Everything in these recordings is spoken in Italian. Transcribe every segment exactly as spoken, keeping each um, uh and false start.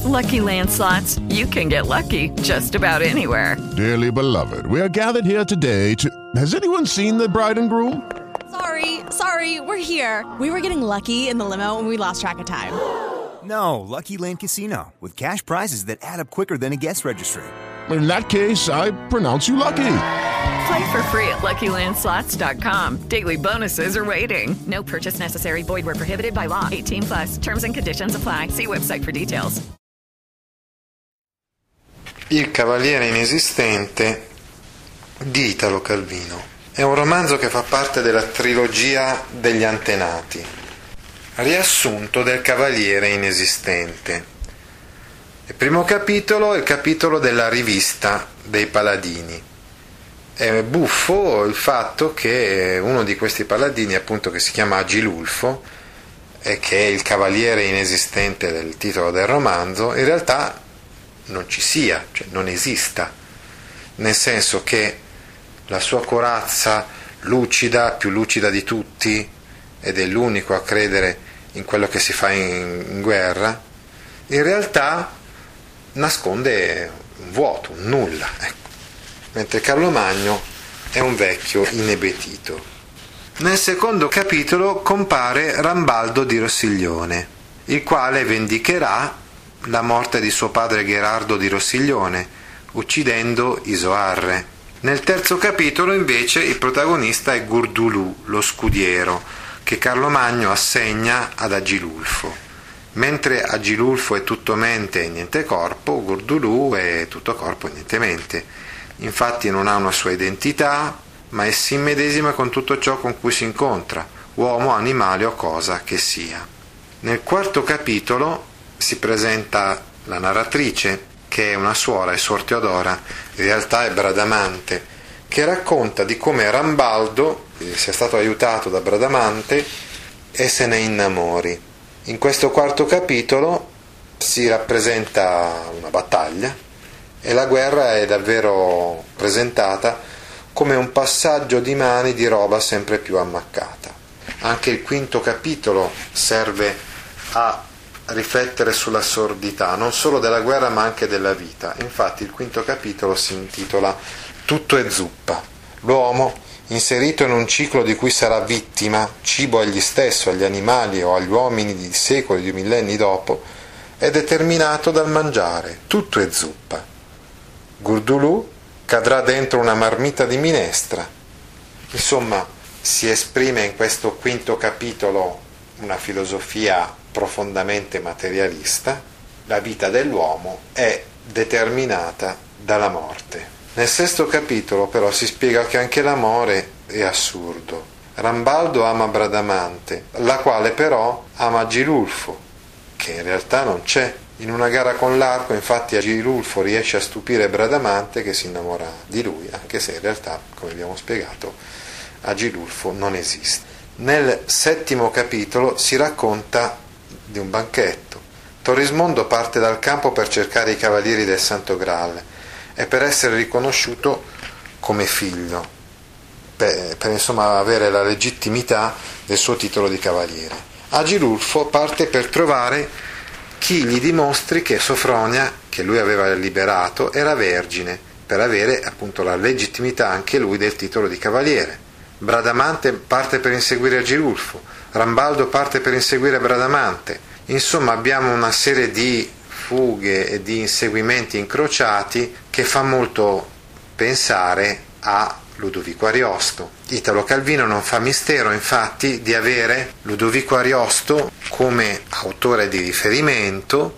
Lucky Land Slots, you can get lucky just about anywhere. Dearly beloved, we are gathered here today to... Has anyone seen the bride and groom? Sorry, sorry, we're here. We were getting lucky in the limo and we lost track of time. No, Lucky Land Casino, with cash prizes that add up quicker than a guest registry. In that case, I pronounce you lucky. Play for free at Lucky Land Slots dot com. Daily bonuses are waiting. No purchase necessary. Void where prohibited by law. eighteen plus. Terms and conditions apply. See website for details. Il Cavaliere Inesistente di Italo Calvino è un romanzo che fa parte della trilogia degli Antenati, riassunto del Cavaliere Inesistente. Il primo capitolo è il capitolo della rivista dei Paladini. È buffo il fatto che uno di questi paladini, appunto, che si chiama Agilulfo e che è il cavaliere inesistente del titolo del romanzo, in realtà non ci sia, cioè non esista, nel senso che la sua corazza lucida, più lucida di tutti, ed è l'unico a credere in quello che si fa in, in guerra, in realtà nasconde un vuoto, un nulla, ecco. Mentre Carlo Magno è un vecchio inebetito. Nel secondo capitolo compare Rambaldo di Rossiglione, il quale vendicherà la morte di suo padre Gherardo di Rossiglione, uccidendo Isoarre. Nel terzo capitolo invece il protagonista è Gurdulù, lo scudiero, che Carlo Magno assegna ad Agilulfo. Mentre Agilulfo è tutto mente e niente corpo, Gurdulù è tutto corpo e niente mente. Infatti non ha una sua identità, ma è si immedesima con tutto ciò con cui si incontra, uomo, animale o cosa che sia. Nel quarto capitolo si presenta la narratrice, che è una suora e suor Teodora, in realtà è Bradamante, che racconta di come Rambaldo sia stato aiutato da Bradamante e se ne innamori. In questo quarto capitolo si rappresenta una battaglia e la guerra è davvero presentata come un passaggio di mani di roba sempre più ammaccata. Anche il quinto capitolo serve a riflettere sulla sordità, non solo della guerra ma anche della vita. Infatti il quinto capitolo si intitola Tutto è zuppa. L'uomo, inserito in un ciclo di cui sarà vittima, cibo agli stesso, agli animali o agli uomini di secoli, di millenni dopo, è determinato dal mangiare. Tutto è zuppa. Gurdulù cadrà dentro una marmita di minestra. Insomma, si esprime in questo quinto capitolo una filosofia profondamente materialista. La vita dell'uomo è determinata dalla morte. Nel sesto capitolo però si spiega che anche l'amore è assurdo. Rambaldo ama Bradamante, la quale però ama Agilulfo, che in realtà non c'è. In una gara con l'arco, infatti, Agilulfo riesce a stupire Bradamante, che si innamora di lui, anche se in realtà, come abbiamo spiegato, Agilulfo non esiste. Nel settimo capitolo si racconta di un banchetto. Torrismondo parte dal campo per cercare i cavalieri del Santo Graal e per essere riconosciuto come figlio, per, per insomma avere la legittimità del suo titolo di cavaliere. Agilulfo parte per trovare chi gli dimostri che Sofronia, che lui aveva liberato, era vergine, per avere appunto la legittimità anche lui del titolo di cavaliere. Bradamante parte per inseguire Agilulfo, Rambaldo parte per inseguire Bradamante. Insomma, abbiamo una serie di fughe e di inseguimenti incrociati che fa molto pensare a Ludovico Ariosto. Italo Calvino non fa mistero, infatti, di avere Ludovico Ariosto come autore di riferimento,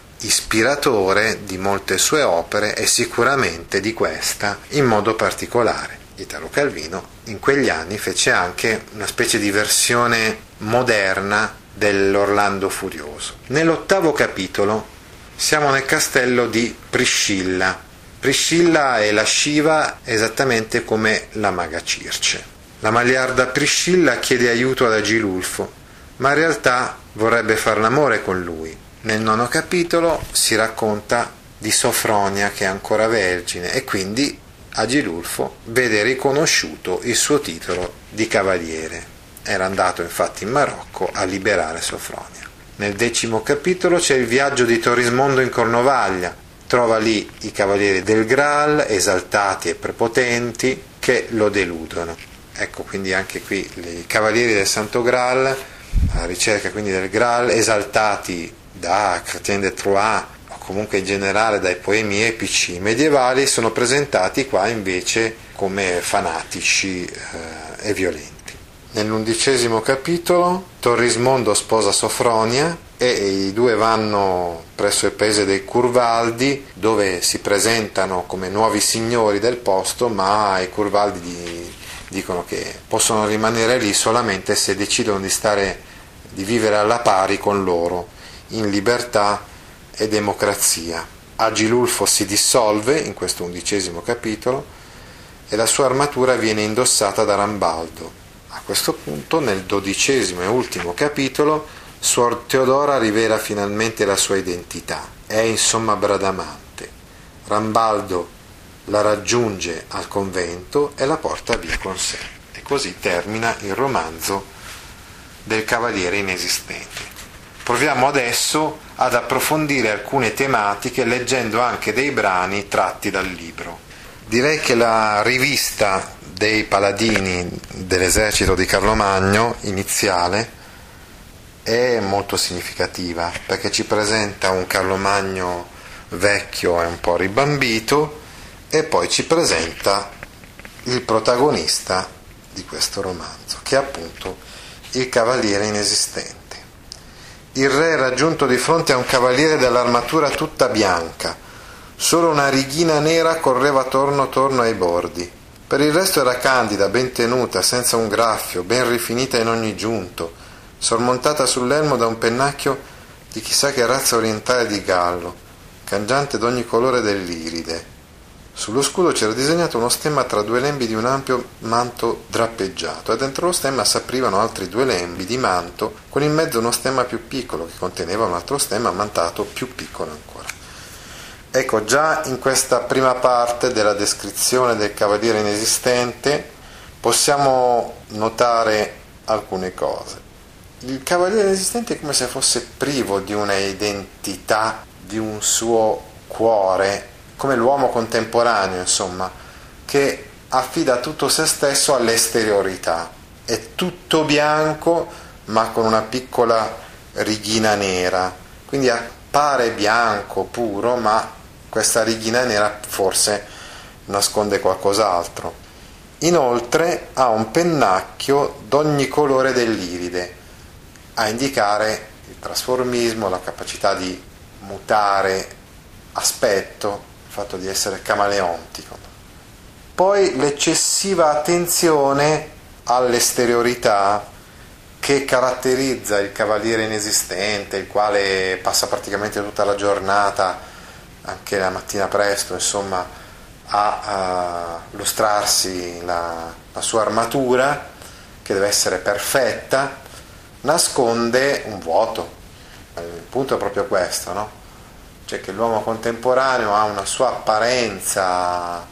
ispiratore di molte sue opere e sicuramente di questa in modo particolare. Italo Calvino in quegli anni fece anche una specie di versione moderna dell'Orlando Furioso. Nell'ottavo capitolo siamo nel castello di Priscilla. Priscilla è la Shiva esattamente come la maga Circe. La magliarda Priscilla chiede aiuto ad Agilulfo, ma in realtà vorrebbe far l'amore con lui. Nel nono capitolo si racconta di Sofronia che è ancora vergine e quindi Agilulfo vede riconosciuto il suo titolo di cavaliere. Era andato infatti in Marocco a liberare Sofronia. Nel decimo capitolo c'è il viaggio di Torismondo in Cornovaglia, trova lì i cavalieri del Graal, esaltati e prepotenti, che lo deludono. Ecco quindi anche qui i cavalieri del Santo Graal, alla ricerca quindi del Graal, esaltati da Chrétien de Troyes o comunque in generale dai poemi epici medievali, sono presentati qua invece come fanatici eh, e violenti. Nell'undicesimo capitolo Torismondo sposa Sofronia e i due vanno presso il paese dei Curvaldi, dove si presentano come nuovi signori del posto, ma i Curvaldi di, dicono che possono rimanere lì solamente se decidono di stare, di vivere alla pari con loro, in libertà e democrazia. Agilulfo si dissolve in questo undicesimo capitolo e la sua armatura viene indossata da Rambaldo. A questo punto, nel dodicesimo e ultimo capitolo, Suor Teodora rivela finalmente la sua identità. È insomma Bradamante. Rambaldo la raggiunge al convento e la porta via con sé. E così termina il romanzo del Cavaliere Inesistente. Proviamo adesso ad approfondire alcune tematiche leggendo anche dei brani tratti dal libro. Direi che la rivista dei paladini dell'esercito di Carlo Magno iniziale è molto significativa, perché ci presenta un Carlo Magno vecchio e un po' ribambito e poi ci presenta il protagonista di questo romanzo, che è appunto il Cavaliere Inesistente. Il re è raggiunto di fronte a un cavaliere dall'armatura tutta bianca, solo una righina nera correva torno torno ai bordi. Per il resto era candida, ben tenuta, senza un graffio, ben rifinita in ogni giunto, sormontata sull'elmo da un pennacchio di chissà che razza orientale di gallo, cangiante d'ogni colore dell'iride. Sullo scudo c'era disegnato uno stemma tra due lembi di un ampio manto drappeggiato, e dentro lo stemma s'aprivano altri due lembi di manto, con in mezzo uno stemma più piccolo, che conteneva un altro stemma mantato più piccolo ancora. Ecco, già in questa prima parte della descrizione del Cavaliere Inesistente possiamo notare alcune cose. Il Cavaliere Inesistente è come se fosse privo di una identità, di un suo cuore, come l'uomo contemporaneo, insomma, che affida tutto se stesso all'esteriorità. È tutto bianco, ma con una piccola righina nera, quindi appare bianco puro, ma questa righina nera forse nasconde qualcos'altro. Inoltre ha un pennacchio d'ogni colore dell'iride, a indicare il trasformismo, la capacità di mutare aspetto, il fatto di essere camaleontico. Poi l'eccessiva attenzione all'esteriorità che caratterizza il Cavaliere Inesistente, il quale passa praticamente tutta la giornata, anche la mattina presto, insomma, a, a lustrarsi la, la sua armatura, che deve essere perfetta, nasconde un vuoto. Il punto è proprio questo, no? Cioè che l'uomo contemporaneo ha una sua apparenza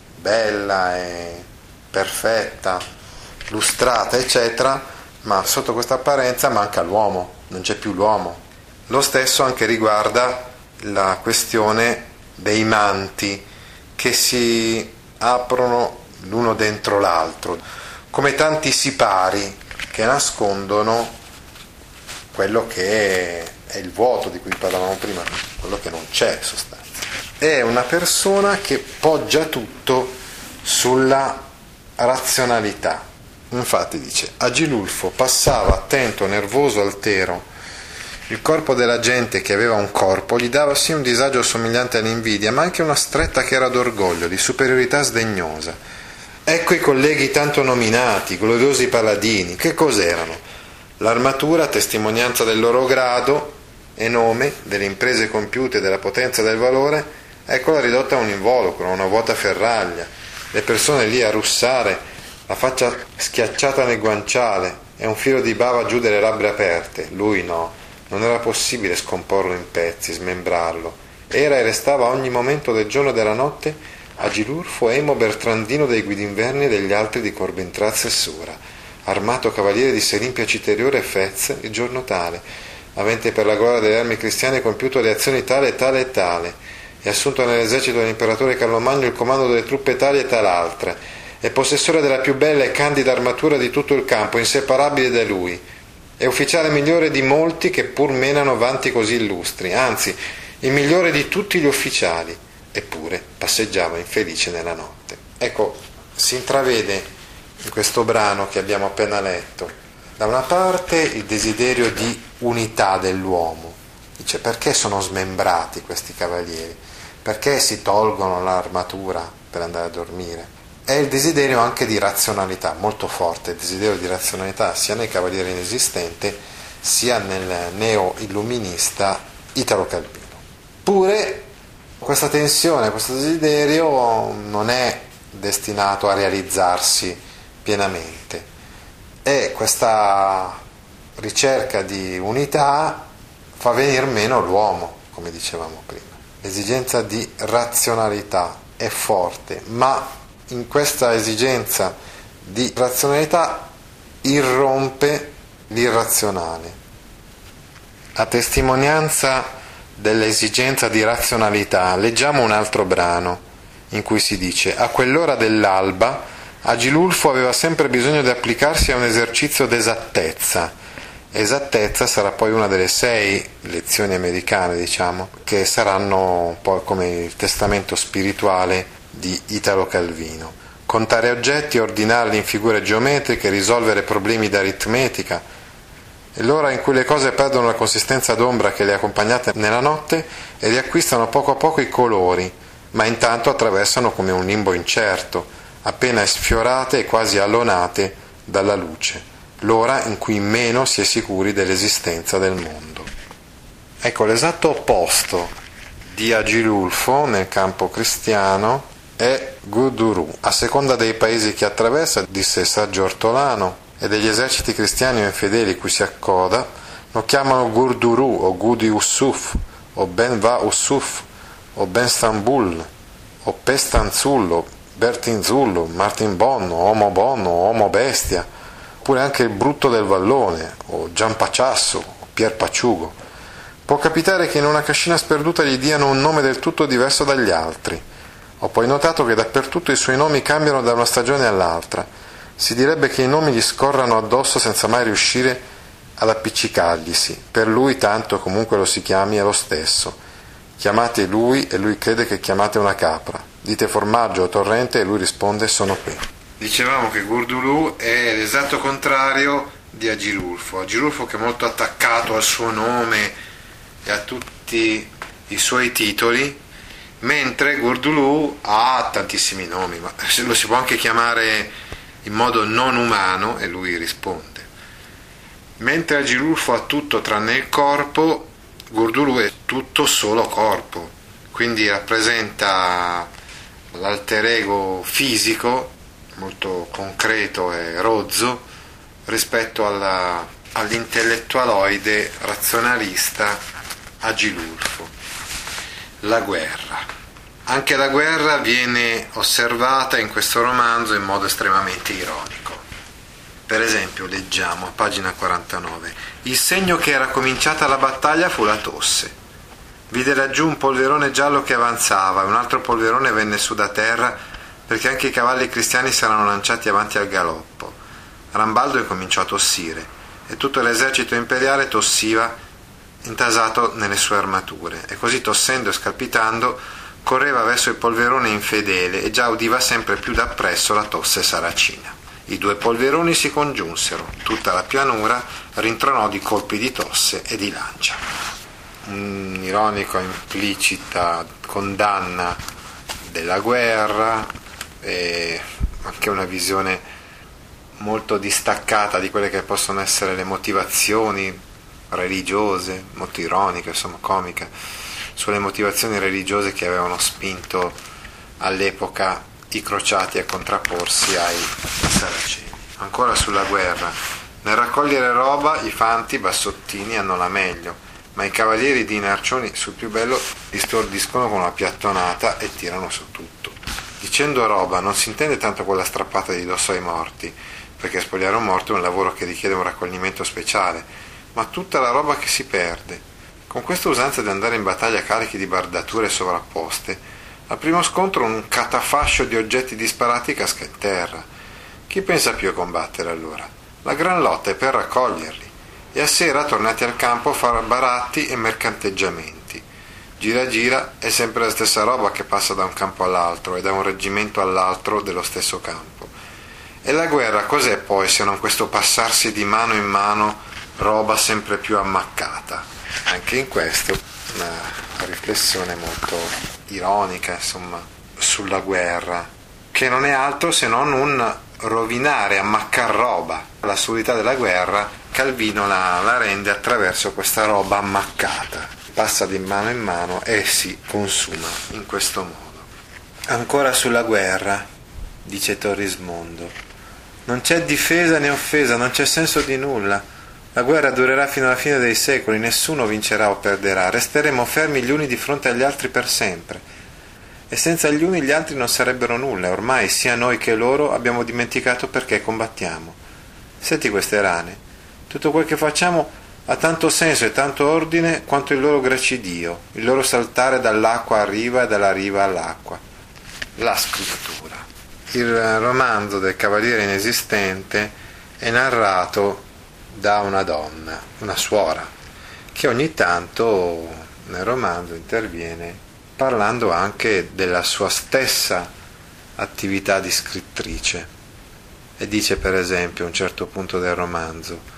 bella e perfetta, lustrata, eccetera, ma sotto questa apparenza manca l'uomo, non c'è più l'uomo. Lo stesso anche riguarda la questione dei manti che si aprono l'uno dentro l'altro, come tanti sipari che nascondono quello che è il vuoto di cui parlavamo prima, quello che non c'è in sostanza. È una persona che poggia tutto sulla razionalità. Infatti dice: Agilulfo passava attento, nervoso, altero. Il corpo della gente che aveva un corpo gli dava sì un disagio somigliante all'invidia, ma anche una stretta che era d'orgoglio, di superiorità sdegnosa. Ecco i colleghi tanto nominati, gloriosi paladini, che cos'erano? L'armatura, testimonianza del loro grado e nome, delle imprese compiute e della potenza del valore, eccola ridotta a un involucro, a una vuota ferraglia, le persone lì a russare, la faccia schiacciata nel guanciale e un filo di bava giù delle labbra aperte. Lui no. Non era possibile scomporlo in pezzi, smembrarlo. Era e restava a ogni momento del giorno e della notte Agilulfo Emo Bertrandino dei Guidinverni e degli altri di Corbentrazio e Sura, armato cavaliere di Selim Piaciterio e Fez il giorno tale, avente per la gloria delle armi cristiane compiuto le azioni tale, tale e tale, e assunto nell'esercito dell'imperatore Carlo Magno il comando delle truppe tali e tal'altre, è possessore della più bella e candida armatura di tutto il campo, inseparabile da lui, è ufficiale migliore di molti che pur menano vanti così illustri, anzi, il migliore di tutti gli ufficiali, eppure passeggiava infelice nella notte. Ecco, si intravede in questo brano che abbiamo appena letto, da una parte il desiderio di unità dell'uomo. Dice: perché sono smembrati questi cavalieri? Perché si tolgono l'armatura per andare a dormire? È il desiderio anche di razionalità, molto forte, il desiderio di razionalità sia nel Cavaliere Inesistente sia nel neo-illuminista Italo Calvino. Pure questa tensione, questo desiderio non è destinato a realizzarsi pienamente, e questa ricerca di unità fa venir meno l'uomo, come dicevamo prima. L'esigenza di razionalità è forte, ma in questa esigenza di razionalità irrompe l'irrazionale. A testimonianza dell'esigenza di razionalità, leggiamo un altro brano in cui si dice: a quell'ora dell'alba Agilulfo aveva sempre bisogno di applicarsi a un esercizio d'esattezza. Esattezza sarà poi una delle sei lezioni americane, diciamo, che saranno poi come il testamento spirituale di Italo Calvino. Contare oggetti, ordinarli in figure geometriche, risolvere problemi d'aritmetica. È l'ora in cui le cose perdono la consistenza d'ombra che le ha accompagnate nella notte e riacquistano poco a poco i colori, ma intanto attraversano come un limbo incerto, appena sfiorate e quasi allonate dalla luce. L'ora in cui meno si è sicuri dell'esistenza del mondo. Ecco, l'esatto opposto di Agilulfo nel campo cristiano è Gurdurù. A seconda dei paesi che attraversa, disse il saggio Ortolano, e degli eserciti cristiani o infedeli cui si accoda, lo chiamano Gurdurù o Gudi Ussuf o Ben Va Ussuf o Ben Stambul o Pestanzullo, Bertinzullo, Martin Bonno, Omo Bonno, Omo Bestia, oppure anche il Brutto del Vallone o Gian Paciasso o Pier Paciugo. Può capitare che in una cascina sperduta gli diano un nome del tutto diverso dagli altri. Ho poi notato che dappertutto i suoi nomi cambiano da una stagione all'altra. Si direbbe che i nomi gli scorrano addosso senza mai riuscire ad appiccicarglisi. Per lui tanto comunque lo si chiami è lo stesso. Chiamate lui e lui crede che chiamate una capra. Dite formaggio o torrente e lui risponde sono qui. Dicevamo che Gurdurù è l'esatto contrario di Agilulfo. Agilulfo che è molto attaccato al suo nome e a tutti i suoi titoli, mentre Gurdurù ha tantissimi nomi, ma lo si può anche chiamare in modo non umano e lui risponde. Mentre Agilulfo ha tutto tranne il corpo, Gurdurù è tutto solo corpo, quindi rappresenta l'alter ego fisico molto concreto e rozzo rispetto alla, all'intellettualoide razionalista Agilulfo. La guerra. Anche la guerra viene osservata in questo romanzo in modo estremamente ironico. Per esempio, leggiamo a pagina quarantanove: il segno che era cominciata la battaglia fu la tosse. Vide laggiù un polverone giallo che avanzava e un altro polverone venne su da terra perché anche i cavalli cristiani si erano lanciati avanti al galoppo. Rambaldo incominciò a tossire e tutto l'esercito imperiale tossiva intasato nelle sue armature, e così tossendo e scalpitando correva verso il polverone infedele e già udiva sempre più dappresso la tosse saracina. I due polveroni si congiunsero, tutta la pianura rintronò di colpi di tosse e di lancia. Un'ironica implicita condanna della guerra e anche una visione molto distaccata di quelle che possono essere le motivazioni religiose, molto ironiche, insomma comiche, sulle motivazioni religiose che avevano spinto all'epoca i crociati a contrapporsi ai saraceni. Ancora sulla guerra. Nel raccogliere roba i fanti bassottini hanno la meglio, ma i cavalieri di Narcioni sul più bello li stordiscono con una piattonata e tirano su tutto. Dicendo roba non si intende tanto quella strappata di dosso ai morti, perché spogliare un morto è un lavoro che richiede un raccoglimento speciale, ma tutta la roba che si perde. Con questa usanza di andare in battaglia carichi di bardature sovrapposte, al primo scontro un catafascio di oggetti disparati casca in terra. Chi pensa più a combattere allora? La gran lotta è per raccoglierli, e a sera, tornati al campo, fare baratti e mercanteggiamenti. Gira gira è sempre la stessa roba che passa da un campo all'altro e da un reggimento all'altro dello stesso campo. E la guerra cos'è poi se non questo passarsi di mano in mano roba sempre più ammaccata? Anche in questo una riflessione molto ironica, insomma, sulla guerra, che non è altro se non un rovinare, ammaccar roba. L'assurdità della guerra Calvino la, la rende attraverso questa roba ammaccata, passa di mano in mano e si consuma in questo modo. Ancora sulla guerra, dice Torrismondo, non c'è difesa né offesa, non c'è senso di nulla. La guerra durerà fino alla fine dei secoli, nessuno vincerà o perderà, resteremo fermi gli uni di fronte agli altri per sempre. E senza gli uni gli altri non sarebbero nulla, ormai sia noi che loro abbiamo dimenticato perché combattiamo. Senti queste rane, tutto quel che facciamo ha tanto senso e tanto ordine quanto il loro gracidio, il loro saltare dall'acqua a riva e dalla riva all'acqua. La scrittura. Il romanzo del Cavaliere Inesistente è narrato da una donna, una suora, che ogni tanto nel romanzo interviene parlando anche della sua stessa attività di scrittrice. E dice, per esempio, a un certo punto del romanzo: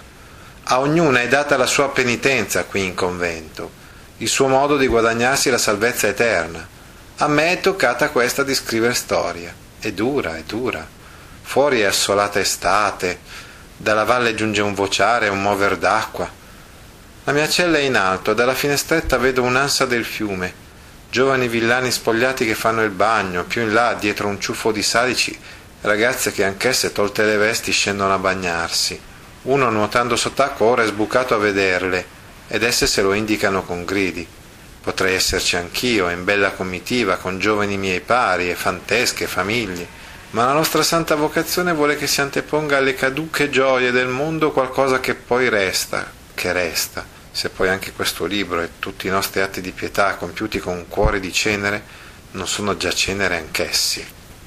a ognuna è data la sua penitenza qui in convento, il suo modo di guadagnarsi la salvezza eterna. A me è toccata questa di scrivere storia. È dura, è dura. Fuori è assolata estate, dalla valle giunge un vociare e un mover d'acqua. La mia cella è in alto, dalla finestretta vedo un'ansa del fiume, giovani villani spogliati che fanno il bagno, più in là, dietro un ciuffo di salici, ragazze che anch'esse, tolte le vesti, scendono a bagnarsi. Uno, nuotando sott'acqua, ora è sbucato a vederle, ed esse se lo indicano con gridi. Potrei esserci anch'io, in bella comitiva, con giovani miei pari, e fantesche famiglie, ma la nostra santa vocazione vuole che si anteponga alle caduche gioie del mondo qualcosa che poi resta, che resta, se poi anche questo libro e tutti i nostri atti di pietà compiuti con cuori di cenere non sono già cenere anch'essi.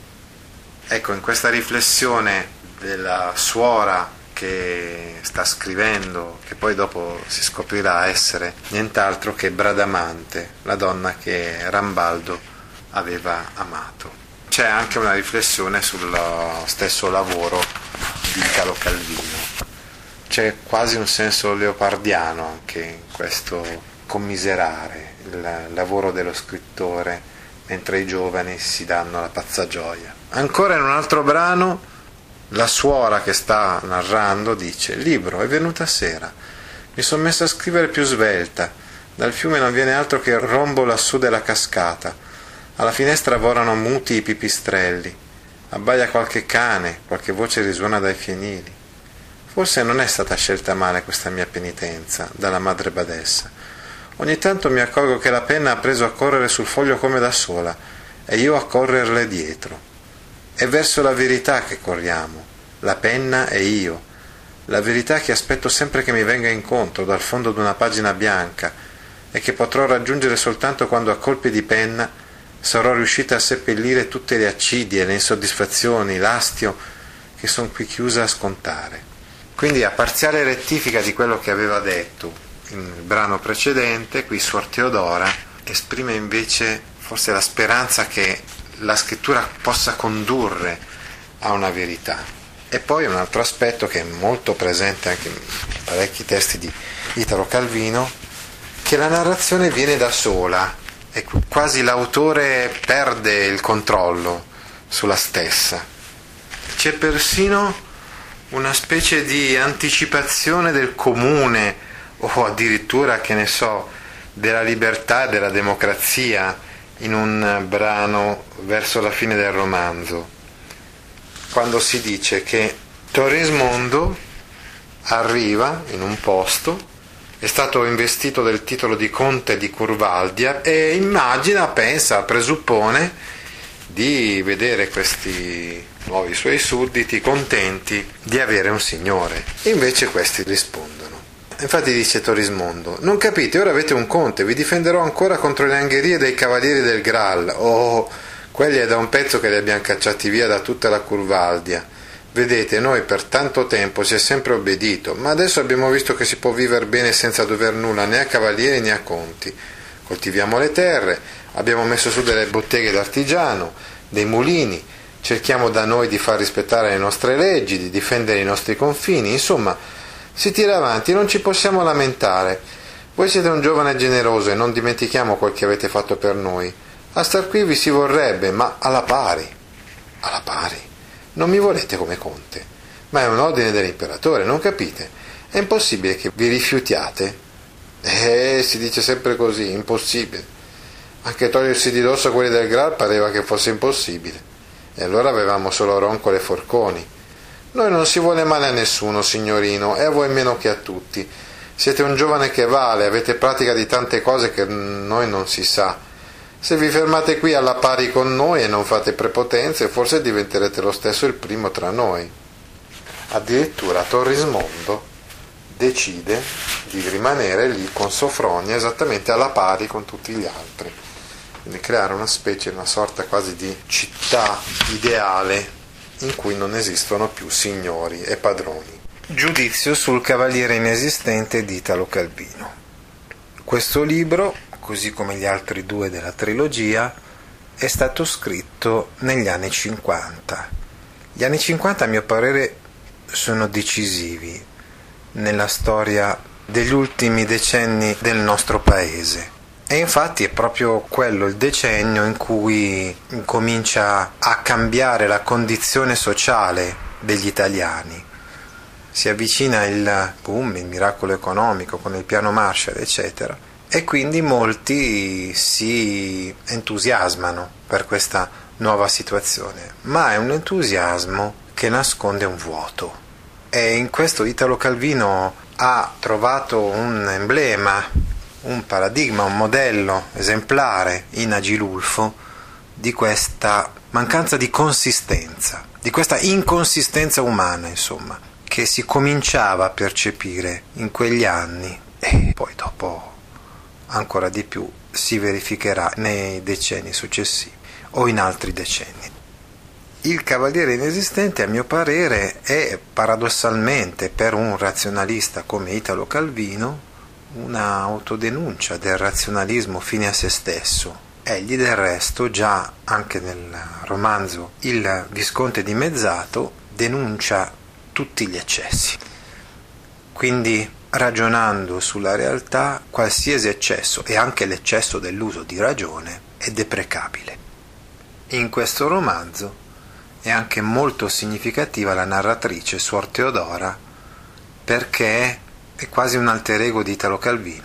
Ecco, in questa riflessione della suora che sta scrivendo, che poi dopo si scoprirà essere nient'altro che Bradamante, la donna che Rambaldo aveva amato. C'è anche una riflessione sullo stesso lavoro di Italo Calvino. C'è quasi un senso leopardiano anche in questo commiserare il lavoro dello scrittore mentre i giovani si danno la pazza gioia. Ancora in un altro brano la suora che sta narrando dice: il libro è venuta sera, mi sono messa a scrivere più svelta, dal fiume non viene altro che il rombo lassù della cascata, alla finestra volano muti i pipistrelli, abbaia qualche cane, qualche voce risuona dai fienili. Forse non è stata scelta male questa mia penitenza dalla madre badessa. Ogni tanto mi accorgo che la penna ha preso a correre sul foglio come da sola e io a correrle dietro. È verso la verità che corriamo, la penna e io, la verità che aspetto sempre che mi venga incontro dal fondo di una pagina bianca e che potrò raggiungere soltanto quando a colpi di penna sarò riuscita a seppellire tutte le accidie, le insoddisfazioni, l'astio che sono qui chiusa a scontare. Quindi, a parziale rettifica di quello che aveva detto nel brano precedente, qui Suor Teodora esprime invece forse la speranza che la scrittura possa condurre a una verità. E poi un altro aspetto che è molto presente anche in parecchi testi di Italo Calvino, che la narrazione viene da sola e quasi l'autore perde il controllo sulla stessa. C'è persino una specie di anticipazione del comune o addirittura, che ne so, della libertà e della democrazia in un brano verso la fine del romanzo, quando si dice che Torrismondo arriva in un posto, è stato investito del titolo di conte di Curvaldia e immagina, pensa, presuppone di vedere questi nuovi suoi sudditi contenti di avere un signore. E invece questi rispondono: Infatti dice Torismondo: non capite, ora avete un conte, vi difenderò ancora contro le angherie dei cavalieri del Graal. Oh, quelli è da un pezzo che li abbiamo cacciati via da tutta la Curvaldia. Vedete, noi per tanto tempo si è sempre obbedito, ma adesso abbiamo visto che si può vivere bene senza dover nulla né a cavalieri né a conti. Coltiviamo le terre, abbiamo messo su delle botteghe d'artigiano, dei mulini, cerchiamo da noi di far rispettare le nostre leggi, di difendere i nostri confini, insomma, si tira avanti, non ci possiamo lamentare. Voi siete un giovane generoso e non dimentichiamo quel che avete fatto per noi. A star qui vi si vorrebbe, ma alla pari. Alla pari. Non mi volete come conte, ma è un ordine dell'imperatore, non capite? È impossibile che vi rifiutiate? Eh, si dice sempre così, impossibile. Anche togliersi di dosso quelli del Graal pareva che fosse impossibile. E allora avevamo solo roncole e forconi. Noi non si vuole male a nessuno, signorino, e a voi meno che a tutti. Siete un giovane che vale, avete pratica di tante cose che noi non si sa. Se vi fermate qui alla pari con noi e non fate prepotenze, forse diventerete lo stesso il primo tra noi. Addirittura Torismondo decide di rimanere lì con Sofronia esattamente alla pari con tutti gli altri. Quindi creare una specie, una sorta quasi di città ideale in cui non esistono più signori e padroni. Giudizio sul Cavaliere inesistente di Italo Calvino. Questo libro, così come gli altri due della trilogia, è stato scritto negli anni cinquanta. Gli anni cinquanta, a mio parere, sono decisivi nella storia degli ultimi decenni del nostro paese. E infatti è proprio quello il decennio in cui comincia a cambiare la condizione sociale degli italiani. Si avvicina il boom, il miracolo economico con il piano Marshall, eccetera. E quindi molti si entusiasmano per questa nuova situazione, ma è un entusiasmo che nasconde un vuoto. E in questo Italo Calvino ha trovato un emblema, un paradigma, un modello esemplare in Agilulfo di questa mancanza di consistenza, di questa inconsistenza umana, insomma, che si cominciava a percepire in quegli anni e poi dopo ancora di più si verificherà nei decenni successivi o in altri decenni. Il Cavaliere inesistente, a mio parere, è paradossalmente per un razionalista come Italo Calvino una autodenuncia del razionalismo fine a se stesso. Egli del resto già anche nel romanzo Il Visconte dimezzato denuncia tutti gli eccessi. Quindi, ragionando sulla realtà, qualsiasi eccesso, e anche l'eccesso dell'uso di ragione, è deprecabile. In questo romanzo è anche molto significativa la narratrice Suor Teodora, perché è quasi un alter ego di Italo Calvino.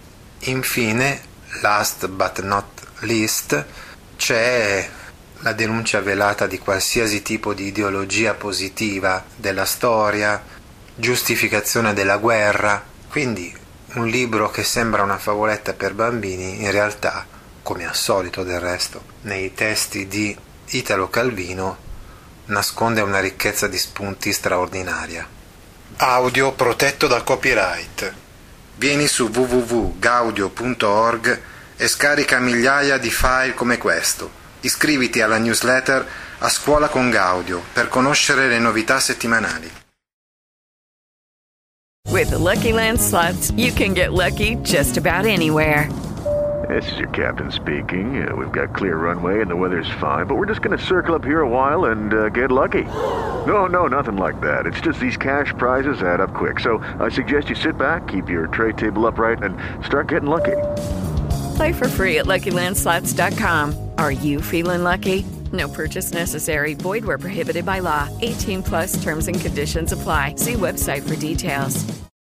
Infine, last but not least, c'è la denuncia velata di qualsiasi tipo di ideologia positiva della storia, giustificazione della guerra. Quindi un libro che sembra una favoletta per bambini, in realtà, come al solito del resto, nei testi di Italo Calvino, nasconde una ricchezza di spunti straordinaria. Audio protetto dal copyright. Vieni su w w w punto gaudio punto org e scarica migliaia di file come questo. Iscriviti alla newsletter A Scuola con Gaudio per conoscere le novità settimanali. With the Lucky Land Slots, you can get lucky just about anywhere. This is your captain speaking. Uh, we've got clear runway and the weather's fine, but we're just going to circle up here a while and uh, get lucky. No, no, nothing like that. It's just these cash prizes add up quick. So I suggest you sit back, keep your tray table upright, and start getting lucky. Play for free at lucky land slots dot com. Are you feeling lucky? No purchase necessary. Void where prohibited by law. eighteen plus terms and conditions apply. See website for details.